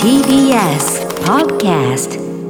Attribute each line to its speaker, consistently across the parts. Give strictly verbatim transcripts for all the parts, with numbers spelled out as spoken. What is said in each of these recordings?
Speaker 1: ティービーエス Podcast。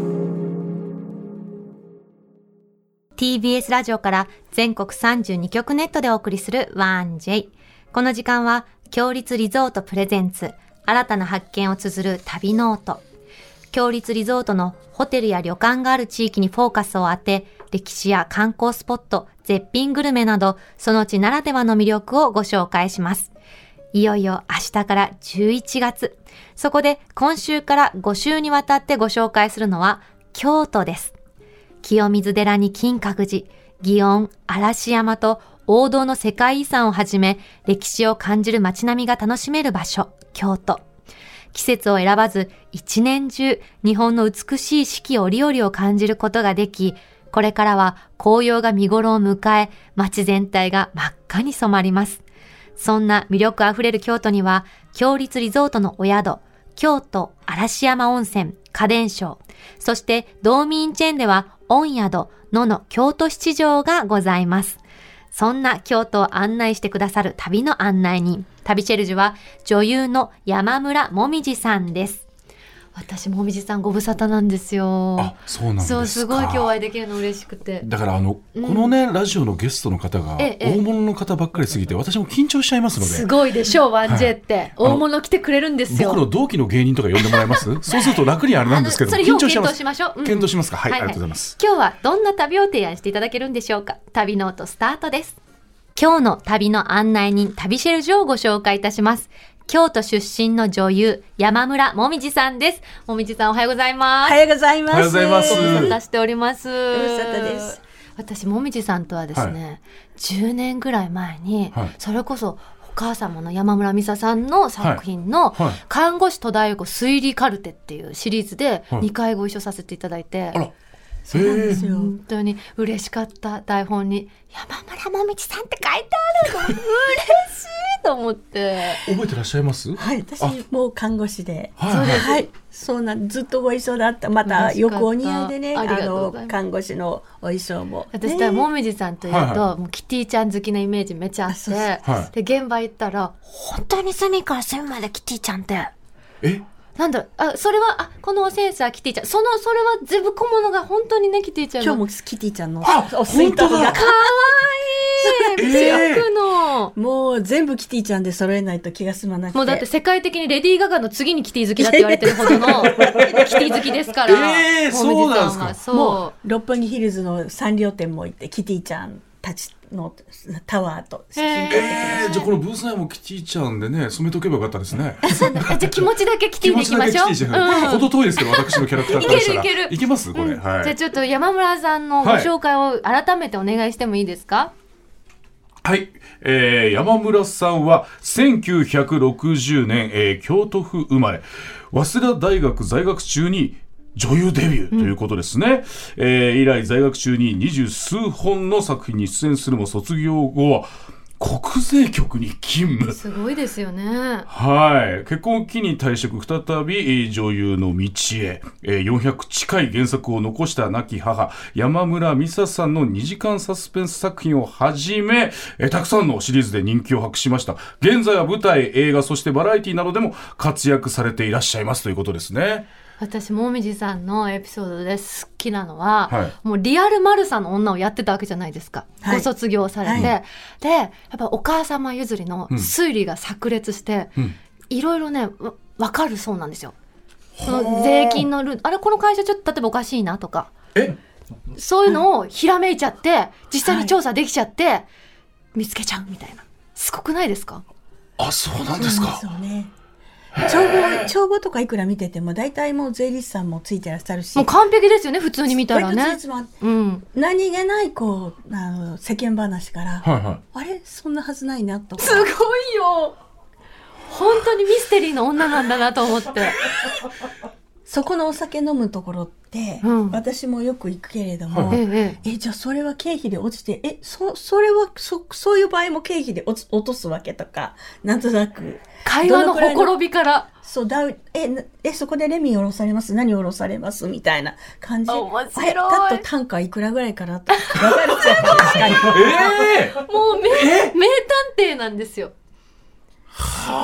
Speaker 2: ティービーエス ラジオから全国さんじゅうにきょくネットでお送りする ワンジェイ。 この時間は強立リゾートプレゼンツ、新たな発見を綴る旅ノート。強立リゾートのホテルや旅館がある地域にフォーカスを当て、歴史や観光スポット、絶品グルメなどその地ならではの魅力をご紹介します。いよいよ明日からじゅういちがつ。そこで今週からご週にわたってご紹介するのは京都です。清水寺に金閣寺、祇園、嵐山と王道の世界遺産をはじめ、歴史を感じる街並みが楽しめる場所、京都。季節を選ばず一年中日本の美しい四季折々を感じることができ、これからは紅葉が見頃を迎え、街全体が真っ赤に染まります。そんな魅力あふれる京都には、強立リゾートのお宿、京都嵐山温泉、花伝承、そして道民チェーンでは御宿、野の京都七条がございます。そんな京都を案内してくださる旅の案内人、旅シェルジュは女優の山村もみじさんです。私もみじさんご無沙汰なんですよ。
Speaker 3: あ、そうなんですか。
Speaker 2: そう、すごい今日お会いできるの嬉しくて。
Speaker 3: だからあの、うん、このねラジオのゲストの方が大物の方ばっかりすぎて、私も緊張しちゃいますので。
Speaker 2: すごいでしょう、ワンジェって、はい、大物来てくれるんですよ。
Speaker 3: 僕の同期の芸人とか呼んでもらえますそうすると楽にあれなんですけど、
Speaker 2: それ要検討しましょう、うん、
Speaker 3: 検討しますか。はい、
Speaker 2: はいはい、
Speaker 3: ありがとうございます。
Speaker 2: 今日はどんな旅を提案していただけるんでしょうか。旅ノートスタートです。今日の旅の案内人、旅シェルジュをご紹介いたします。京都出身の女優、山村もみじさんです。もみじさん、おはようございます。
Speaker 4: おはようございます。
Speaker 3: おはようございます。
Speaker 2: ご無沙汰しております。ご
Speaker 4: 無沙汰です。
Speaker 2: 私、もみじさんとはですね、はい、じゅうねんぐらい前に、はい、それこそお母様の山村美沙さんの作品の、はいはい、看護師戸田恵子推理カルテっていうシリーズでにかいご一緒させていただいて、はい、そうなんですよ。本当に嬉しかった。台本に山村もみじさんって書いてあるの嬉しいと思って
Speaker 3: 覚えてらっしゃいます？
Speaker 4: はい、私もう看護師で、
Speaker 3: はい、
Speaker 4: そうです、はい、そうなんずっとご一緒だった。またよくお似合いでね、あの看護師のお衣装も
Speaker 2: 私はもみじさんというと、はいはい、もうキティちゃん好きなイメージめっちゃあって、はい、で現場行ったら本当に隅から隅までキティちゃんって
Speaker 3: え
Speaker 2: なんだあそれはあこのセンサーキティちゃん、そのそれは全部小物が本当にねキティちゃんの
Speaker 4: 今日もキティちゃんの
Speaker 3: お水筒が
Speaker 2: かわいいピンクの、
Speaker 4: もう全部キティちゃんで揃えないと気が済まなくて、
Speaker 2: もうだって世界的にレディー・ガガの次にキティ好きだって言われてるほどのキティ好きですから。
Speaker 3: えー、そうなんですか。
Speaker 2: そう
Speaker 4: もう六本木ヒルズのサンリオ店も行ってキティちゃんたちのタワーと写真撮ってきました、
Speaker 3: えー、じゃあこのブース内もキティちゃんでね染めとけばよかったですね
Speaker 2: じゃあ気持ちだけキティでいきましょう。
Speaker 3: 気持ちだけキティじゃない、うん、ほど遠いですけど私のキャラクターからしたら
Speaker 2: いけるいける
Speaker 3: いけますこれ、うん、はい、
Speaker 2: じゃあちょっと山村さんのご紹介を改めてお願いしてもいいですか。
Speaker 3: はい、えー、山村さんはせんきゅうひゃくろくじゅうねん、えー、京都府生まれ、早稲田大学在学中に女優デビューということですね、うん、えー、以来在学中に二十数本の作品に出演するも、卒業後は国税局に勤務。
Speaker 2: すごいですよね。
Speaker 3: はい、結婚を機に退職、再び女優の道へ、えー、よんひゃく近い原作を残した亡き母山村美沙さんのにじかんサスペンス作品をはじめ、えー、たくさんのシリーズで人気を博しました。現在は舞台、映画、そしてバラエティなどでも活躍されていらっしゃいますということですね。
Speaker 2: 私もみじさんのエピソードで好きなのは、はい、もうリアルマルサの女をやってたわけじゃないですか、はい、ご卒業されて、はい、でやっぱお母様譲りの推理が炸裂して、うん、いろいろね分かるそうなんですよ。その税金のルール、あれこの会社ちょっと例えばおかしいなとか、
Speaker 3: え
Speaker 2: そういうのをひらめいちゃって、はい、実際に調査できちゃって、はい、見つけちゃうみたいな。すごくないですか？
Speaker 3: あ、そうなんですか。
Speaker 4: そうなんですよね。帳簿、帳簿とかいくら見てても大体もう税理士さんもついてらっしゃるし、
Speaker 2: もう完璧ですよね普通に見たらね、
Speaker 4: うん、何気ないこうあの世間話から、
Speaker 3: はいはい、
Speaker 4: あれそんなはずないなとか、
Speaker 2: すごいよ本当にミステリーの女なんだなと思って
Speaker 4: そこのお酒飲むところって、うん、私もよく行くけれども、はい、ええじゃあそれは経費で落ちてえ そ, それは そ, そういう場合も経費で落, 落とすわけとか、なんとなく
Speaker 2: 会話のほころびから
Speaker 4: そうだええそこでレミ下ろされます、何下ろされますみたいな感じ。
Speaker 2: 面白い。
Speaker 4: だと単価いくらぐらいかなと分かるじゃないですか。
Speaker 2: えー、もう名、名探偵なんですよ。
Speaker 3: はあ。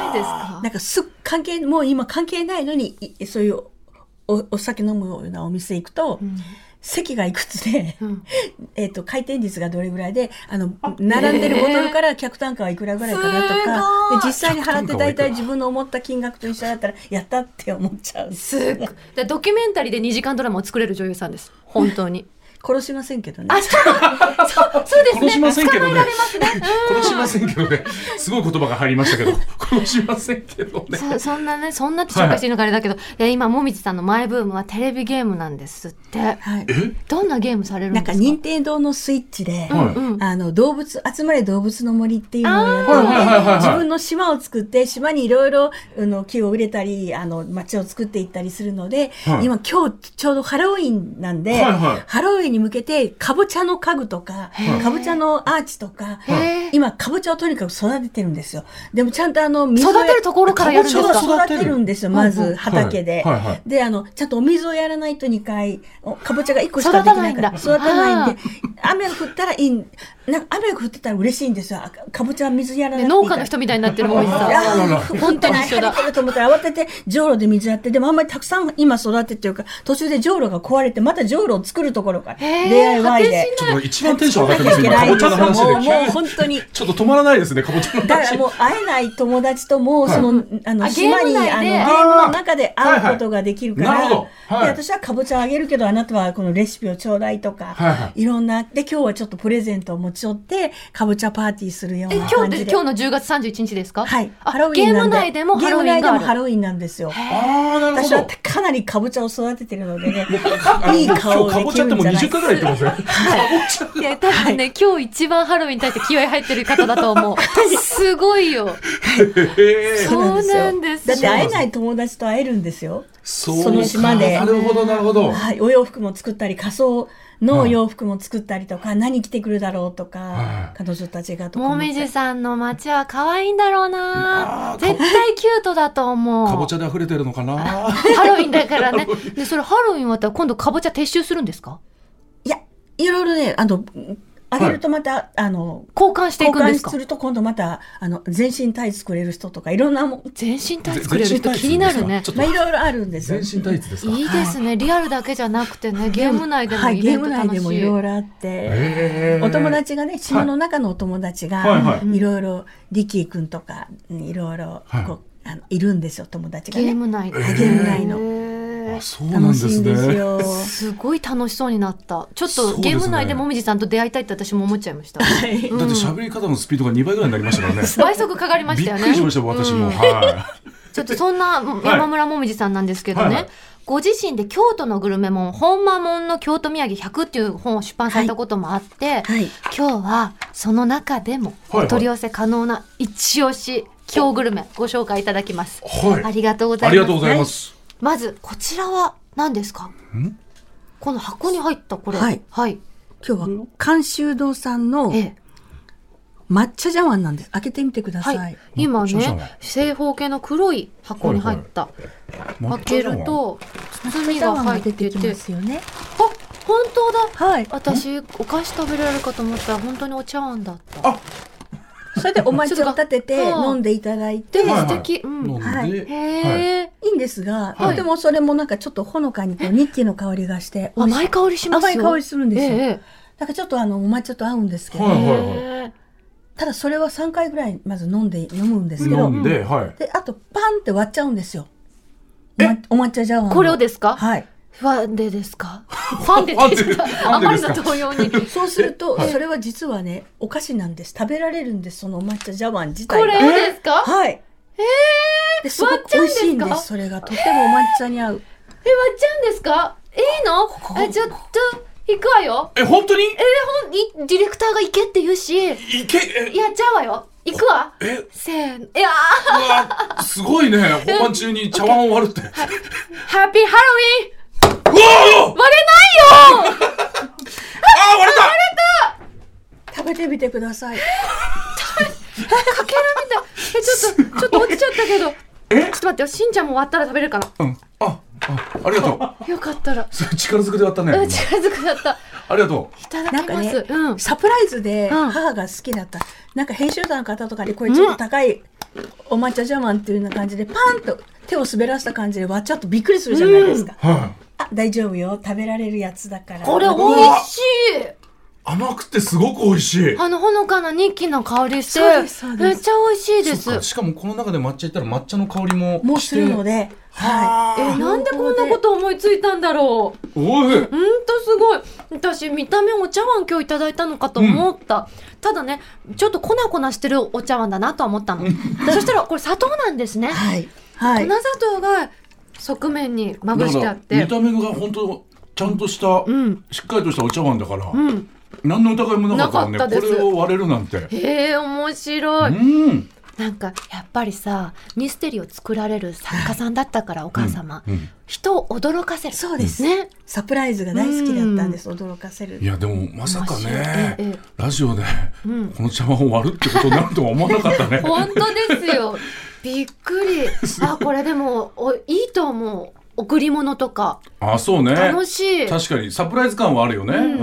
Speaker 2: ですか。
Speaker 4: なんかす関係もう今関係ないのにそういう お, お酒飲むようなお店行くと、うん、席がいくつで、うん、えっと回転率がどれぐらいであの並んでるボトルから客単価はいくらぐらいかなとか、で実際に払って大体自分の思った金額と一緒だったらやったって思っちゃう。
Speaker 2: すごい。でドキュメンタリーでにじかんドラマを作れる女優さんです。本当に。
Speaker 4: 殺しませんけどね。
Speaker 2: あ、そう、そうですね。
Speaker 3: 殺しませんけどね。
Speaker 2: 捕まえられますね。
Speaker 3: 殺しませんけどね。すごい言葉が入りましたけど、殺しませんけどね。
Speaker 2: そ, そんなね、そんなって紹介していいのかあれだけど、はい、今もみじさんのマイブームはテレビゲームなんですって。はい。え？どんなゲームされるんですか？
Speaker 4: なんか任天堂のスイッチで、はい、あの動物集まれ動物の森っていうのをやっていて、自分の島を作って島にいろいろ木を植えたり、あの町を作っていったりするので、はい、今今日ちょうどハロウィンなんで、はいはい、ハロウィンに向けてかぼちゃの家具とか、かぼちゃのアーチとか、今かぼちゃをとにかく育ててるんですよ。でもちゃんとあの水を
Speaker 2: 育てるところからやるんですか？
Speaker 4: 育てるんですよ、まず畑で。はいはいはい、で、あのちゃんとお水をやらないとにかいかぼちゃがいっこしかできないから育たないんで、雨が降ったらいい。なんか雨が降ってたら嬉しいんですよ。かぼちゃは水やらなくていいから。
Speaker 2: 農家の人みたいになってるもんさ。本当に一緒だ。
Speaker 4: と思ったら慌ててじょうろで水やって、でもあんまりたくさん今育ててるから途中でじょうろが壊れてまたじょうろを作るところから ディーアイワイ で。
Speaker 3: ちょっと一番テンション上がってます今かぼちゃの話で。
Speaker 4: もうもう本当に
Speaker 3: ちょっと止まらないですねかぼちゃの話。
Speaker 4: だからもう会えない友達ともその、はい、あの島にあのゲームの中で会うことができるから。はいはい、なるほど。はい、で私はかぼちゃあげるけどあなたはこのレシピをちょうだいとか、はいはい、いろんなで今日はちょっとプレゼントを持ち寄ってかぼちゃパーティーするような感じで。
Speaker 2: え今日で今日のじゅうがつさんじゅういちにちですか？
Speaker 4: はい。
Speaker 2: ハロウィンなんでゲーム内でもハロウィンがある。ゲーム内でもハロウィン
Speaker 4: なんですよ。
Speaker 3: ああなるほど。
Speaker 4: 私はかなりかぼちゃを育ててるのでね。いい顔できるんじゃないですか。
Speaker 3: かぼちゃってもうにじゅっかいぐらい言ってますね。
Speaker 2: はい。いや多分ね、はい、今日一番ハロウィンに対して気合い入ってる方だと思う。すごいよ。そうなんです。
Speaker 4: だって会えない友達と会えるんですよ。
Speaker 3: そ
Speaker 4: の島で。
Speaker 3: なるほどなるほど。
Speaker 4: はい。お洋服も作ったり仮装の洋服も作ったりとか、はい、何着てくるだろうとか、はい、彼女たちがとか。
Speaker 2: もみじさんの街は可愛いんだろうな。絶対キュートだと思う。
Speaker 3: かぼちゃで溢れてるのかな。
Speaker 2: ハロウィンだからね。でそれハロウィン終わったら今度かぼちゃ撤収するんですか？
Speaker 4: いやいろいろねあの。あげるとまた、はい、あの
Speaker 2: 交換していくんですか？
Speaker 4: 交換すると今度またあの全身タイツ作れる人とかいろんなもん。
Speaker 2: 全身タイツ作れる人気になるね。
Speaker 4: まあいろいろあるんですよ。
Speaker 3: 全身タイツですか？
Speaker 2: いいですね。リアルだけじゃなくてね、ゲーム内でもイベント楽しい。はい、ゲーム内でもいろいろあって、お友達がね、島の中のお友達がいろいろリキー君とかいろいろこう、はい、あのいるんですよ友達がね。 ゲーム内で。
Speaker 4: ゲーム内の。
Speaker 3: あそうなんですね。
Speaker 2: すごい楽しそうになった。ちょっとゲーム内でもみじさんと出会いたいって私も思っちゃいました。
Speaker 3: はい、うん、だって喋り方のスピードがにばいぐらいになりましたからね。
Speaker 2: 倍速かかりましたよね。
Speaker 3: びっくりしました私も。うん、はい。
Speaker 2: ちょっとそんな山村もみじさんなんですけどね。はいはい、ご自身で京都のグルメもん本間もんの京都土産ひゃくっていう本を出版されたこともあって、はいはい、今日はその中でもお取り寄せ可能な一押し京グルメご紹介いただきます。はい、ありがとうございます。
Speaker 3: ありがとうございます。
Speaker 2: はい、まずこちらは何ですか？んこの箱に入ったこれ。はい。はい、
Speaker 4: 今日は監修堂さんの抹茶茶碗なんです。開けてみてください。はい、
Speaker 2: 今ね正方形の黒い箱に入った。はいはい、開けると包みが入ってて。
Speaker 4: ますよね。
Speaker 2: あ、本当だ。はい。私お菓子食べられるかと思ったら本当にお茶碗だった。あ。
Speaker 4: それでお抹茶を立てて飲んでいただいて、
Speaker 2: 素敵。はい。
Speaker 4: へえ。いいんですが、とてもそれもなんかちょっとほのかにこうニッティの香りがして
Speaker 2: 甘い香りしますよ。
Speaker 4: 甘い香りするんですよ。だからちょっとあのお抹茶と合うんですけど、ただそれはさんかいぐらいまず飲んで飲むんですけど、
Speaker 3: 飲んで、はい。
Speaker 4: であとパンって割っちゃうんですよ。お抹茶茶碗。
Speaker 2: これをですか？
Speaker 4: はい。
Speaker 2: ファンデですか？ファンデって言ったあまりの動揺に。
Speaker 4: そうすると、それは実はね、お菓子なんです。食べられるんです、そのお抹茶茶碗自体が。
Speaker 2: これをですか？
Speaker 4: はい。
Speaker 2: えー、
Speaker 4: ですごく美味しいんです、それが。とてもお抹茶に合う。
Speaker 2: え、割っちゃうんですか？いいの？え、ちょっと、行くわよ。
Speaker 3: え、本当に？
Speaker 2: え、ほん、ディレクターが行けって言うし。
Speaker 3: 行けえ
Speaker 2: やっちゃうわよ。行くわ。
Speaker 3: え
Speaker 2: せーの。いや
Speaker 3: ー。うわ、すごいね。本番中に茶碗を割るって。
Speaker 2: ハッピーハロウィン
Speaker 3: うわー
Speaker 2: 割れないよ
Speaker 3: あー割れた割れ
Speaker 4: た食べてみてくださいか
Speaker 2: けらみたいえちょっとちょっと落ちちゃったけどえちょっと待ってよしんちゃんも割ったら食べれるかな
Speaker 3: うんああありがと
Speaker 2: うよかったら
Speaker 3: 力ずくで割ったね、
Speaker 2: うん、力ずくだった
Speaker 3: ありがと
Speaker 2: ういただきます、
Speaker 4: ねうん、サプライズで母が好きだった、うん、なんか編集者の方とかにこれちょっと高い、うんお抹茶茶碗っていうような感じでパンと手を滑らせた感じで割っちゃうとびっくりするじゃないですか、
Speaker 3: うん、はい、
Speaker 4: あ、大丈夫よ、食べられるやつだから。
Speaker 2: これ美味しい。
Speaker 3: 甘くてすごく美味しい。
Speaker 2: あのほのかなニッキの香りして
Speaker 4: そうですそうです、
Speaker 2: めっちゃ美味しいです。
Speaker 3: しかもこの中で抹茶いったら抹茶の香りも
Speaker 4: もうするので、はい。
Speaker 2: え、なんでこんなこと思いついたんだろう。
Speaker 3: おい、
Speaker 2: ほんとすごい。私見た目お茶碗今日いただいたのかと思った、うん、ただねちょっと粉々してるお茶碗だなとは思ったのそしたらこれ砂糖なんですね、
Speaker 4: はいはい、
Speaker 2: 粉砂糖が側面にまぶしてあって
Speaker 3: 見た目が本当ちゃんとした、うん、しっかりとしたお茶碗だから、うん、何の疑いもなかったからね。これを割れるなんて。
Speaker 2: へえ、面白い、うん、なんかやっぱりさミステリーを作られる作家さんだったから、はい、お母様、うんうん、人を驚かせる。
Speaker 4: そうですね、サプライズが大好きだったんです、うん、驚かせる。
Speaker 3: いやでもまさかね、ええ、ラジオでこの茶碗を割るってことになるとは思わなかったね
Speaker 2: 本当ですよ、びっくり。あ、これでもおいいと思う。贈り物とか。
Speaker 3: あ、そうね、
Speaker 2: 楽しい。
Speaker 3: 確かにサプライズ感はあるよね、うんうん、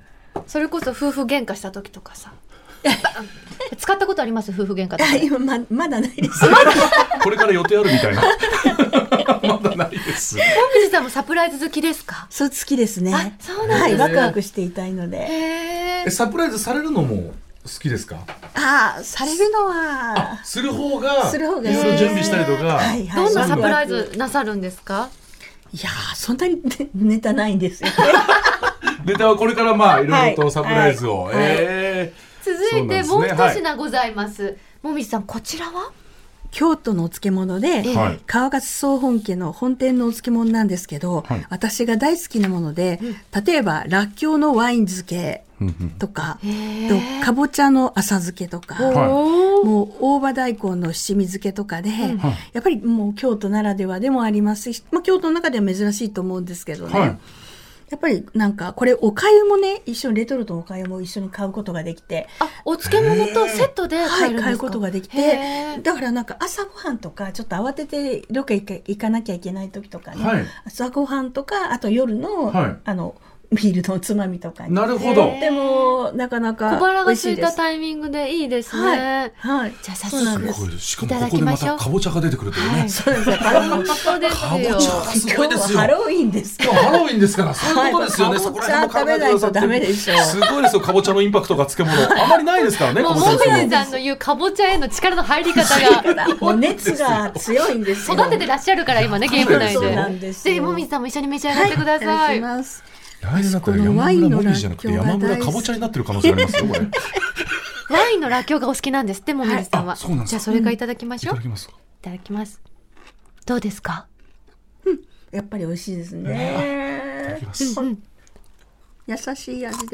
Speaker 2: それこそ夫婦喧嘩した時とかさ使ったことあります？夫婦喧嘩とか。
Speaker 4: 今 ま, まだないです
Speaker 3: これから予定あるみたいなまだないです。
Speaker 2: 本水さんもサプライズ好きですか？
Speaker 4: そう、好きですね。
Speaker 2: あ、そうなんですね、
Speaker 4: はい、ワクワクしていたいので。
Speaker 3: へー。サプライズされるのも好きですか？
Speaker 4: あ、されるのは
Speaker 3: する方が
Speaker 4: する方が
Speaker 3: いろいろ準備したりとか、
Speaker 4: はいはい、
Speaker 2: どんなサプライズなさるんですか？
Speaker 4: いやー、そんなにネタないんですよね
Speaker 3: ネタはこれからまあいろいろとサプライズを、はいはい、え
Speaker 2: ー、続いてもう一品ございます、はい、もみじさん、こちらは
Speaker 4: 京都のお漬物で、はい、川勝総本家の本店のお漬物なんですけど、はい、私が大好きなもので、うん、例えばらっきょうのワイン漬けとか、とかぼちゃの浅漬けとか、もう大葉大根の七味漬けとかで、うん、やっぱりもう京都ならではでもありますし、まあ、京都の中では珍しいと思うんですけどね、はい、やっぱりなんかこれお粥もね、一緒にレトルトのお粥も一緒に買うことができて、
Speaker 2: あ、お漬物とセットで買えるんですか？
Speaker 4: はい、買うことができて、だからなんか朝ごはんとかちょっと慌ててロケ行かなきゃいけない時とかね、はい、朝ごはんとかあと夜の、はい、あのビールのおつまみとかに。
Speaker 3: なるほど。
Speaker 4: でもなかなか
Speaker 2: 小腹が空いたタイミングでいいですね。
Speaker 4: はい。はい、
Speaker 2: じゃあ早速
Speaker 3: しかもここでまたかぼちゃが出てくるというね。はい、
Speaker 4: そうですよ。
Speaker 2: かぼちゃ
Speaker 3: すごいですよ。
Speaker 4: ハロウィンです。
Speaker 3: 今日ハロウィンですから。そういうことですよね。そこら辺も考えてくださって。
Speaker 4: ダメでしょ。
Speaker 3: すごいですよ。かぼちゃのインパクトが漬物あまりないですからね。
Speaker 2: もうもみじさんの言うかぼちゃへの力の入り方が
Speaker 4: もう熱が強いんですよ。
Speaker 2: 育ててらっしゃるから今ね、ゲーム内で。
Speaker 4: そうなんですよ。
Speaker 2: ぜひもみじさんも一緒に召し上がってください。
Speaker 4: はい、
Speaker 3: 来年だったら山村もみじじゃなくて山村かぼちゃになってる可能性ありますよこれ
Speaker 2: ワインのらっきょうがお好きなんですって、もみじさんは。
Speaker 3: そうなんです。
Speaker 2: じゃあそれからいただきましょう、
Speaker 3: うん、いただきます。
Speaker 2: いただきます。どうですか？
Speaker 4: うん、やっぱり美味しいですね。
Speaker 3: いただきます、うん、
Speaker 4: 優しい味で、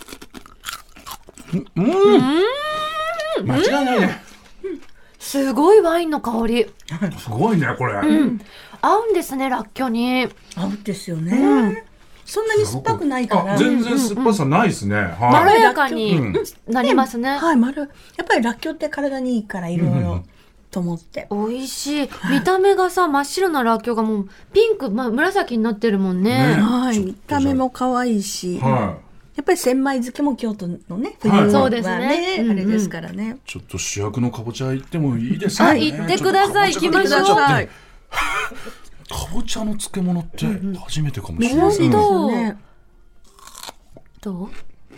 Speaker 3: うん、うん、間違いないね、
Speaker 2: うん、すごいワインの香り
Speaker 3: すごいねこれ、うん、
Speaker 2: 合うんですね、らっきょうに。
Speaker 4: 合うんですよね、うん、そんなに酸っぱくないから。
Speaker 3: 全然酸っぱさないですね、うんうん、はい、
Speaker 2: まろやかになりますね、うん、
Speaker 4: はい、まろやっぱりらっきょうって体にいいからいろいろと思って、
Speaker 2: うん、美味しい。見た目がさ真っ白ならっきょうがもうピンク、まあ、紫になってるもん ね, ね、
Speaker 4: はい、見た目も可愛いし、はい、やっぱり千枚漬けも京都のね、
Speaker 2: 冬はね、そうですね、
Speaker 4: あれですからね、うんうん、
Speaker 3: ちょっと主役のかぼちゃ行ってもいいですかね。
Speaker 2: はい、行ってください。行きましょう。
Speaker 3: かぼちゃの漬物って初めてかもしれないですね。
Speaker 2: どう？どう？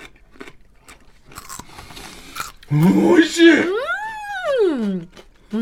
Speaker 3: 美味しい。
Speaker 2: うん。うん。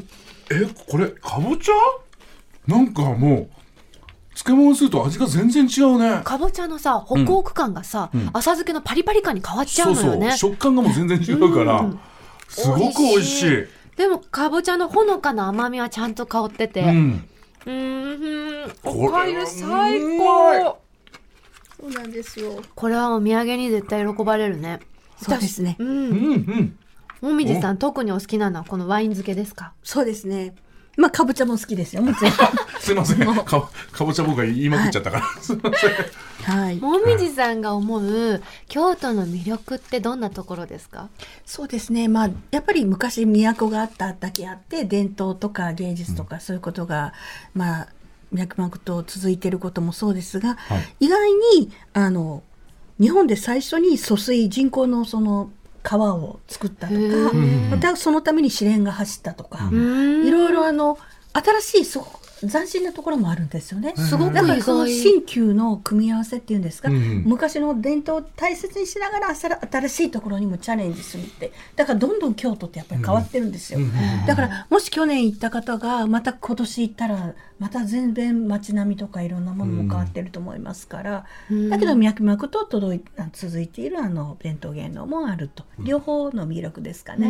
Speaker 3: え、これかぼちゃ？なんかもう漬物すると味が全然違うね。
Speaker 2: かぼちゃのさ、ホクホク感がさ、うん、浅漬けのパリパリ感に変わっちゃうのよね。
Speaker 3: そうそう、食感がもう全然違うから、うん、すごく美味しい。
Speaker 2: でもかぼちゃのほのかな甘みはちゃんと香ってて、うん、うーん、おかゆ最高。
Speaker 4: そうなんですよ。
Speaker 2: これはお土産に絶対喜ばれるね。
Speaker 4: そうですね。
Speaker 2: うん。うんうん。もみじさん特にお好きなのはこのワイン漬けですか？
Speaker 4: そうですね。まあかぼちゃも好きですよ。もちろん。
Speaker 3: すいません。か, かぼちゃ僕が言いまくっちゃったから。はい、すいません。
Speaker 4: はい。
Speaker 2: もみじさんが思う京都の魅力ってどんなところですか？
Speaker 4: そうですね。まあやっぱり昔都があっただけあって伝統とか芸術とかそういうことが、うん、まあ脈々と続いていることもそうですが、はい、意外にあの日本で最初に疎水人工のその川を作ったとか、またそのために試練が走ったとか、いろいろあの新しいそ斬新なところもあるんですよね。
Speaker 2: すごく
Speaker 4: だからその新旧の組み合わせっていうんですか、
Speaker 3: うん、
Speaker 4: 昔の伝統を大切にしながら新しいところにもチャレンジするって、だからどんどん京都ってやっぱり変わってるんですよ、うん、だからもし去年行った方がまた今年行ったらまた全然街並みとかいろんなものも変わってると思いますから、うん、だけど脈々と届い続いているあの伝統芸能もあると、両方の魅力ですかね、うん、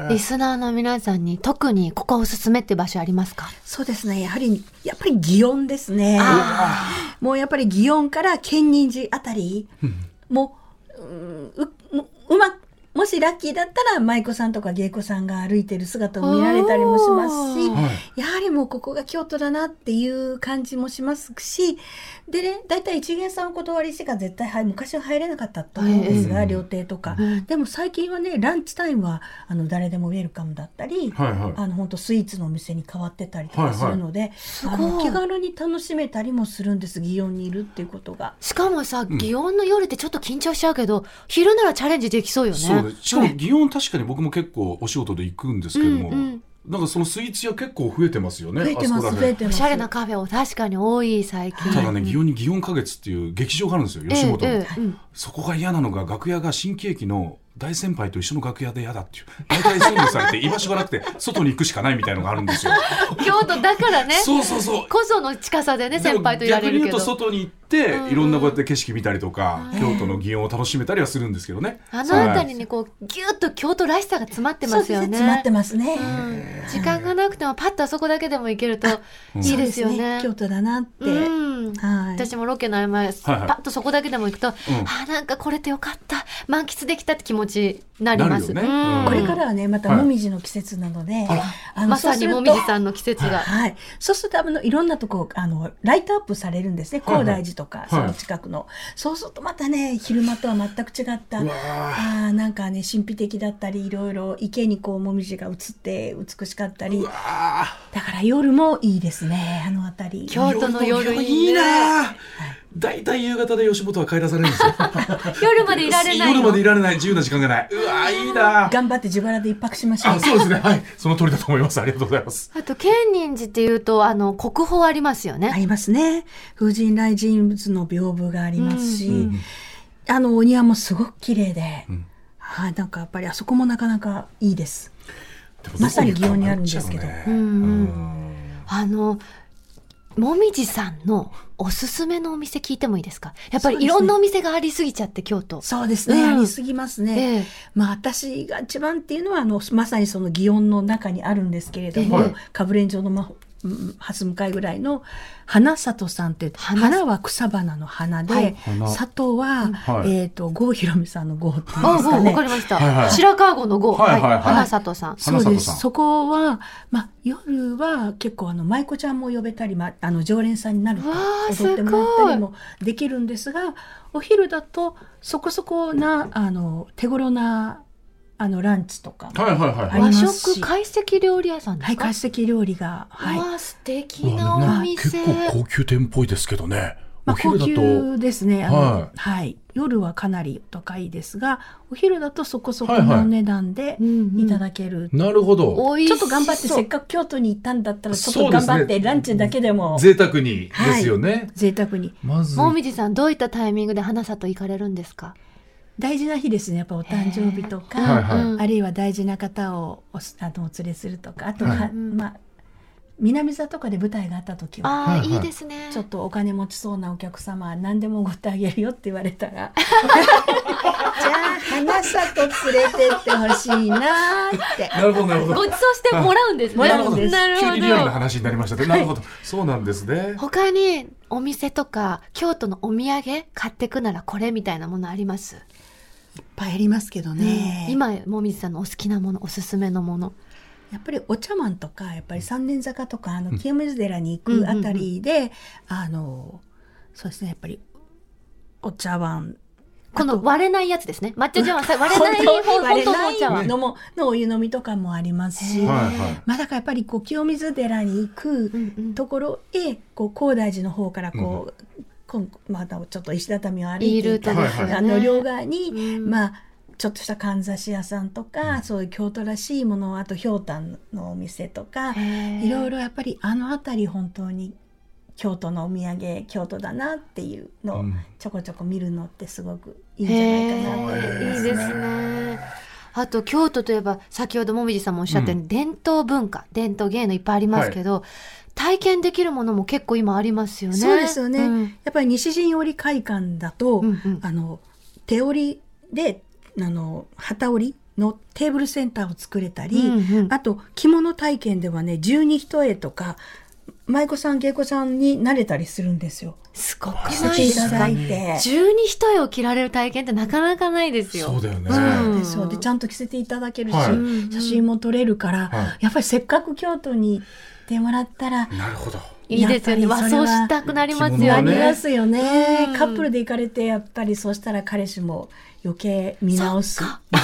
Speaker 2: リスナーの皆さんに特にここおすすめって場所ありますか？
Speaker 4: そうですね、やはりやっぱり祇園ですね。もうやっぱり祇園から建仁寺あたり、うん、もう、う、う、うまもしラッキーだったら舞妓さんとか芸妓さんが歩いてる姿を見られたりもしますし、やはりもうここが京都だなっていう感じもしますし、でね、だいたい一元さんお断りしてから絶対、はい、昔は入れなかったと思うんですが、料亭とか、うん、でも最近はねランチタイムはあの誰でもウェルカムだったり、はいはい、あの本当スイーツのお店に変わってたりとかするので、はいはい、あの気軽に楽しめたりもするんです、祇園にいるっていうことが。
Speaker 2: しかもさ、祇園の夜ってちょっと緊張しちゃうけど、うん、昼ならチャレンジできそうよね。
Speaker 3: そうです。しかも祇園確かに僕も結構お仕事で行くんですけども、うんうん、なんかそのスイーツ屋結構増えてますよね。
Speaker 4: 増えてます、増えてます。
Speaker 2: おしゃれなカフェを確かに多い最近。
Speaker 3: ただね、祇園に祇園花月っていう劇場があるんですよ、吉本の、えええ、そこが嫌なのが楽屋が新喜劇の大先輩と一緒の楽屋で嫌だっていう、大体宣言されて居場所がなくて外に行くしかないみたいなのがあるんですよ
Speaker 2: 京都だからね。
Speaker 3: そうそうそう、
Speaker 2: こその近さでね、先輩といられるけど、
Speaker 3: 逆に言うと外に行って、うん、いろんなこうやって景色見たりとか、うん、京都の祇園を楽しめたりはするんですけどね、
Speaker 2: あの辺りにこうギュッと京都らしさが詰まってますよね。
Speaker 4: 詰まってますね、
Speaker 2: うん、時間がなくてもパッとあそこだけでも行けるといいですよね、
Speaker 4: ね、京都だなって、うん、
Speaker 2: はい、私もロケの合間、はいはい、パッとそこだけでも行くと、うん、あ、なんかこれてよかった、満喫できたって気持ちになります、ね、うん、
Speaker 4: これからはねまたもみじの季節なので、はい、
Speaker 2: あのまさにもみじさんの季節が、
Speaker 4: はい、そうするとあのいろんなとこあのライトアップされるんですね、高台寺とか、はいはい、その近くの、はい、そうするとまたね昼間とは全く違った、あ、なんかね神秘的だったり、いろいろ池にこうもみじが映って美しかったり、だから夜もいいですね、あのあたり。
Speaker 2: 京都の夜いい、ね、
Speaker 3: いいな、はい、だいたい夕方で吉本は帰らされるんですよ
Speaker 2: 夜までいられないの。
Speaker 3: 夜までいられない、自由な時間がない。うわー、いいな。
Speaker 4: 頑張って自腹で一泊しましょう。
Speaker 3: あ、そうですね、はい、その通りだと思います。ありがとうございます。
Speaker 2: あと建仁寺っていうとあの国宝ありますよね。
Speaker 4: ありますね。風神雷神仏の屏風がありますし、うんうん、あのお庭もすごく綺麗で、うん、はい、なんかやっぱりあそこもなかなかいいです。まさに祇園にあるんですけど、ね、うんうん、
Speaker 2: あのもみじさんのおすすめのお店聞いてもいいですか？やっぱりいろんなお店がありすぎちゃって京都。
Speaker 4: そうですね、うん、ありすぎますね、ええ、まあ私が一番っていうのはあのまさにその祇園の中にあるんですけれども、歌舞練場のま初向かいぐらいの花里さんって、花は草花の花で、はい、里は、はい、えっ、ー、と郷ひろみさんの郷っていうんですかね。
Speaker 2: わかりました、はいはい、白川郷の郷、はいはいはい、花里さん。
Speaker 4: そうです。そこは、まあ、夜は結構あの舞妓ちゃんも呼べたり、ま、あの常連さんになると踊ってもらったりもできるんですが、お昼だとそこそこなあの手頃なあのランチとか
Speaker 3: ありますし、
Speaker 2: はいはいはい、和食懐石料理屋さんですか？
Speaker 4: はい、懐石料理が、はい、
Speaker 2: わあ素敵なお店。
Speaker 3: 結構高級店っぽいですけどね。
Speaker 4: まあ、高級ですね。あの、はいはい、夜はかなり高いですが、お昼だとそこそこの値段でいただける、はいはい、
Speaker 3: なるほど。
Speaker 4: ちょっと頑張って、せっかく京都に行ったんだったらちょっと頑張って、ね、ランチだけでも
Speaker 3: 贅沢にですよね、はい、
Speaker 4: 贅沢に。
Speaker 2: まずもみじさんどういったタイミングで花里行かれるんですか？
Speaker 4: 大事な日ですね、やっぱお誕生日とか、はいはい、あるいは大事な方を お, あのお連れするとか、あとは、はい、まあ南座とかで舞台があった時は、
Speaker 2: あ、いいですね、
Speaker 4: ちょっとお金持ちそうなお客様は何でもおごってあげるよって言われたらじゃあ花里連れてってほしいなって
Speaker 3: なるほどなるほど、
Speaker 2: ご馳走してもらうんですね。
Speaker 4: もらうんです。
Speaker 2: なるほど、
Speaker 3: 急にリアルな話になりましたね。なるほど、そうなんですね。
Speaker 2: 他にお店とか京都のお土産買ってくならこれみたいなものあります？
Speaker 4: いっぱいありますけどね、
Speaker 2: うん、今もみじさんのお好きなもの、おすすめのもの、
Speaker 4: やっぱりお茶碗とか、やっぱり三年坂とか、あの清水寺に行くあたりで、うんうんうん、あのそうですね、やっぱりお茶碗、
Speaker 2: この割れないやつですね、抹茶茶碗、割れない方
Speaker 4: 割れないのものお湯飲みとかもありますし、まあだからやっぱりこう清水寺に行くところへ、こう高台寺の方からこう、うん、またちょっと石畳を歩いていた、
Speaker 2: ね、
Speaker 4: あの両側に、うん、まあちょっとしたかんざし屋さんとか、うん、そういう京都らしいもの、あとひょうたんのお店とか、いろいろやっぱりあの辺り本当に京都のお土産京都だなっていうのをちょこちょこ見るのってすごくいいんじゃないかなと思いますね。
Speaker 2: いいですね。あと京都といえば先ほどもみじさんもおっしゃったように、うん、伝統文化伝統芸能いっぱいありますけど、はい、体験できるものも結構今ありますよね。
Speaker 4: そうですよね、うん、やっぱり西陣織会館だと、うんうん、あの手織りであの機織りのテーブルセンターを作れたり、うんうん、あと着物体験ではね十二一重とか舞妓さん芸妓さんになれたりするんですよ。
Speaker 2: すごくないですか。十二一重を着られる体験ってなかなかないですよ。
Speaker 3: そうだよね、
Speaker 4: うん、そうでちゃんと着せていただけるし、はい、写真も撮れるから、はい、やっぱりせっかく京都に行ってもらったら、
Speaker 3: なるほど、
Speaker 2: いいですよね。和装したくなりますよね。
Speaker 4: ありますよね、うん、カップルで行かれてやっぱりそうしたら彼氏も余計見直す。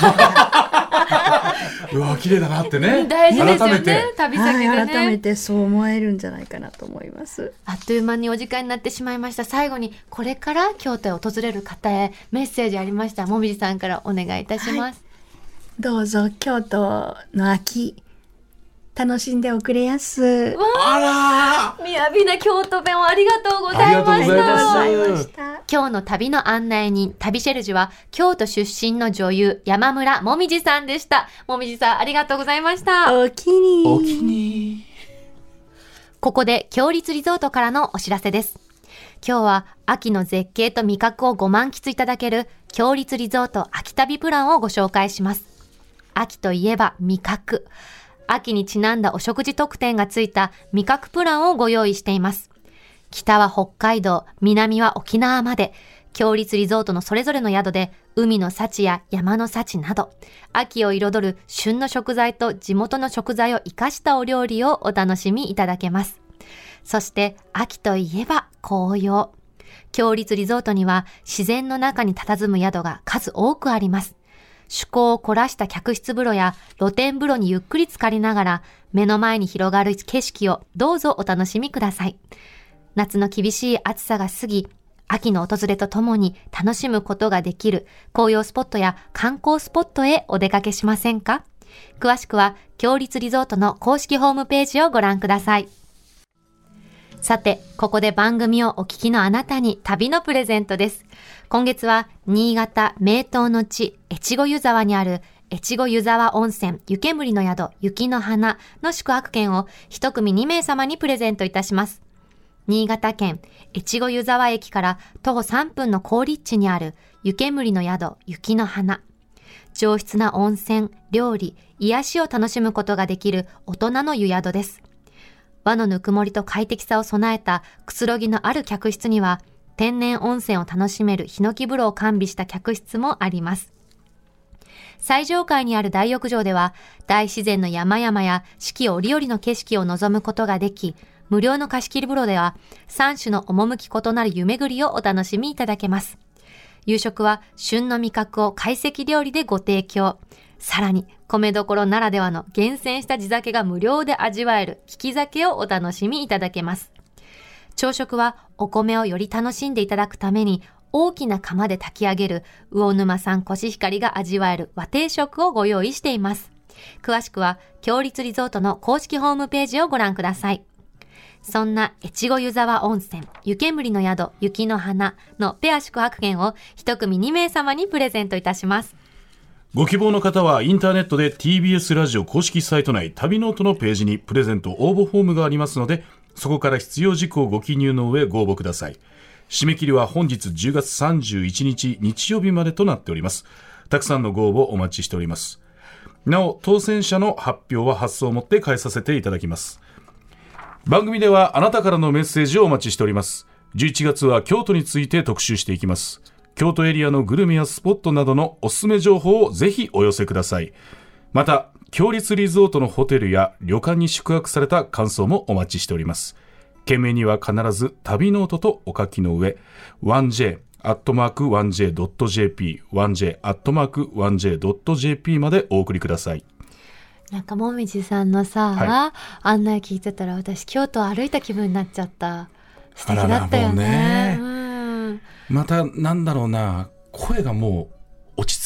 Speaker 3: うわ綺麗だなってね。
Speaker 2: 大事ですよね。旅先でね、
Speaker 4: はい、改めてそう思えるんじゃないかなと思います。
Speaker 2: あっという間にお時間になってしまいました。最後にこれから京都へ訪れる方へメッセージありましたらもみじさんからお願いいたします、はい、
Speaker 4: どうぞ京都の秋楽しんでおくれやす。
Speaker 3: あ
Speaker 2: らみやびな京都弁をありがとうございました。今日の旅の案内人旅シェルジュは京都出身の女優山村もみじさんでした。もみじさんありがとうございました。
Speaker 4: おきに
Speaker 3: おきに。
Speaker 2: ここで京立リゾートからのお知らせです。今日は秋の絶景と味覚をご満喫いただける京立リゾート秋旅プランをご紹介します。秋といえば味覚、秋にちなんだお食事特典がついた味覚プランをご用意しています。北は北海道、南は沖縄まで、京立リゾートのそれぞれの宿で海の幸や山の幸など、秋を彩る旬の食材と地元の食材を生かしたお料理をお楽しみいただけます。そして秋といえば紅葉。京立リゾートには自然の中に佇む宿が数多くあります。趣向を凝らした客室風呂や露天風呂にゆっくり浸かりながら目の前に広がる景色をどうぞお楽しみください。夏の厳しい暑さが過ぎ、秋の訪れとともに楽しむことができる紅葉スポットや観光スポットへお出かけしませんか？詳しくは京立リゾートの公式ホームページをご覧ください。さて、ここで番組をお聞きのあなたに旅のプレゼントです。今月は新潟名湯の地越後湯沢にある越後湯沢温泉湯煙の宿雪の花の宿泊券を一組に名様にプレゼントいたします。新潟県越後湯沢駅から徒歩さんぷんの好立地にある湯煙の宿雪の花。上質な温泉、料理、癒しを楽しむことができる大人の湯宿です。和のぬくもりと快適さを備えたくつろぎのある客室には天然温泉を楽しめるヒノキ風呂を完備した客室もあります。最上階にある大浴場では大自然の山々や四季折々の景色を望むことができ、無料の貸し切り風呂ではさん種の趣異なる湯巡りをお楽しみいただけます。夕食は旬の味覚を懐石料理でご提供。さらに米どころならではの厳選した地酒が無料で味わえる利き酒をお楽しみいただけます。朝食はお米をより楽しんでいただくために大きな釜で炊き上げる魚沼産コシヒカリが味わえる和定食をご用意しています。詳しくは京立リゾートの公式ホームページをご覧ください。そんな越後湯沢温泉湯煙の宿雪の花のペア宿泊券を一組に名様にプレゼントいたします。
Speaker 3: ご希望の方はインターネットで ティービーエス ラジオ公式サイト内旅ノートのページにプレゼント応募フォームがありますので、そこから必要事項をご記入の上ご応募ください。締め切りは本日じゅうがつさんじゅういちにち日曜日までとなっております。たくさんのご応募お待ちしております。なお当選者の発表は発送をもって返させていただきます。番組ではあなたからのメッセージをお待ちしております。じゅういちがつは京都について特集していきます。京都エリアのグルメやスポットなどのおすすめ情報をぜひお寄せください。また京立リゾートのホテルや旅館に宿泊された感想もお待ちしております。件名には必ず旅ノートとお書きの上 ワンジェー アットマーク ワンジェー ドット ジェーピー ワンジェー アットマーク ワンジェー ドット ジェーピー までお送りください。
Speaker 2: なんかもみじさんのさ、はい、案内聞いてたら私京都歩いた気分になっちゃった。素敵だったよね。
Speaker 3: うん、またなんだろうな、声がもう落ち着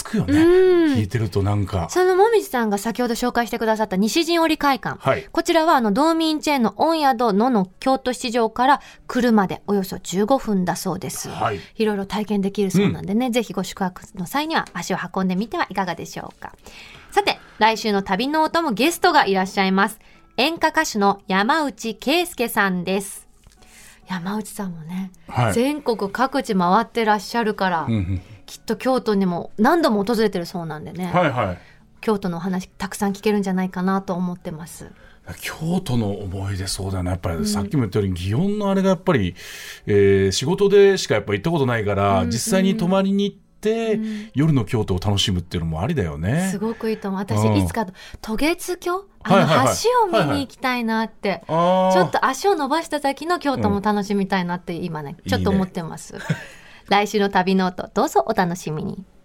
Speaker 3: くよね、聞いてるとなんか。
Speaker 2: そのもみじさんが先ほど紹介してくださった西陣織会館、
Speaker 3: はい、
Speaker 2: こちらはあの道民チェーンの御宿のの京都七条から車でおよそじゅうごふんだそうです、はい、いろいろ体験できるそうなんでね、うん、ぜひご宿泊の際には足を運んでみてはいかがでしょうか。さて来週の旅のお供ゲストがいらっしゃいます。演歌歌手の山内圭介さんです。山内さんもね、はい、全国各地回ってらっしゃるから、うんうん、きっと京都にも何度も訪れてるそうなんでね、はいはい、京都のお話たくさん聞けるんじゃないかなと思ってます。
Speaker 3: 京都の思い出、そうだよね、やっぱり、うん、さっきも言ったように祇園のあれがやっぱり、えー、仕事でしかやっぱ行ったことないから、うん、実際に泊まりに行ってで、うん、夜の京都を楽しむっていうのもありだよね。
Speaker 2: すごくいいと思う。私、うん、いつか渡月橋、あの橋を見に行きたいなって、はいはいはい、ちょっと足を伸ばした先の京都も楽しみたいなって今ね、うん、ちょっと思ってます。いいね来週の旅ノートどうぞお楽しみに。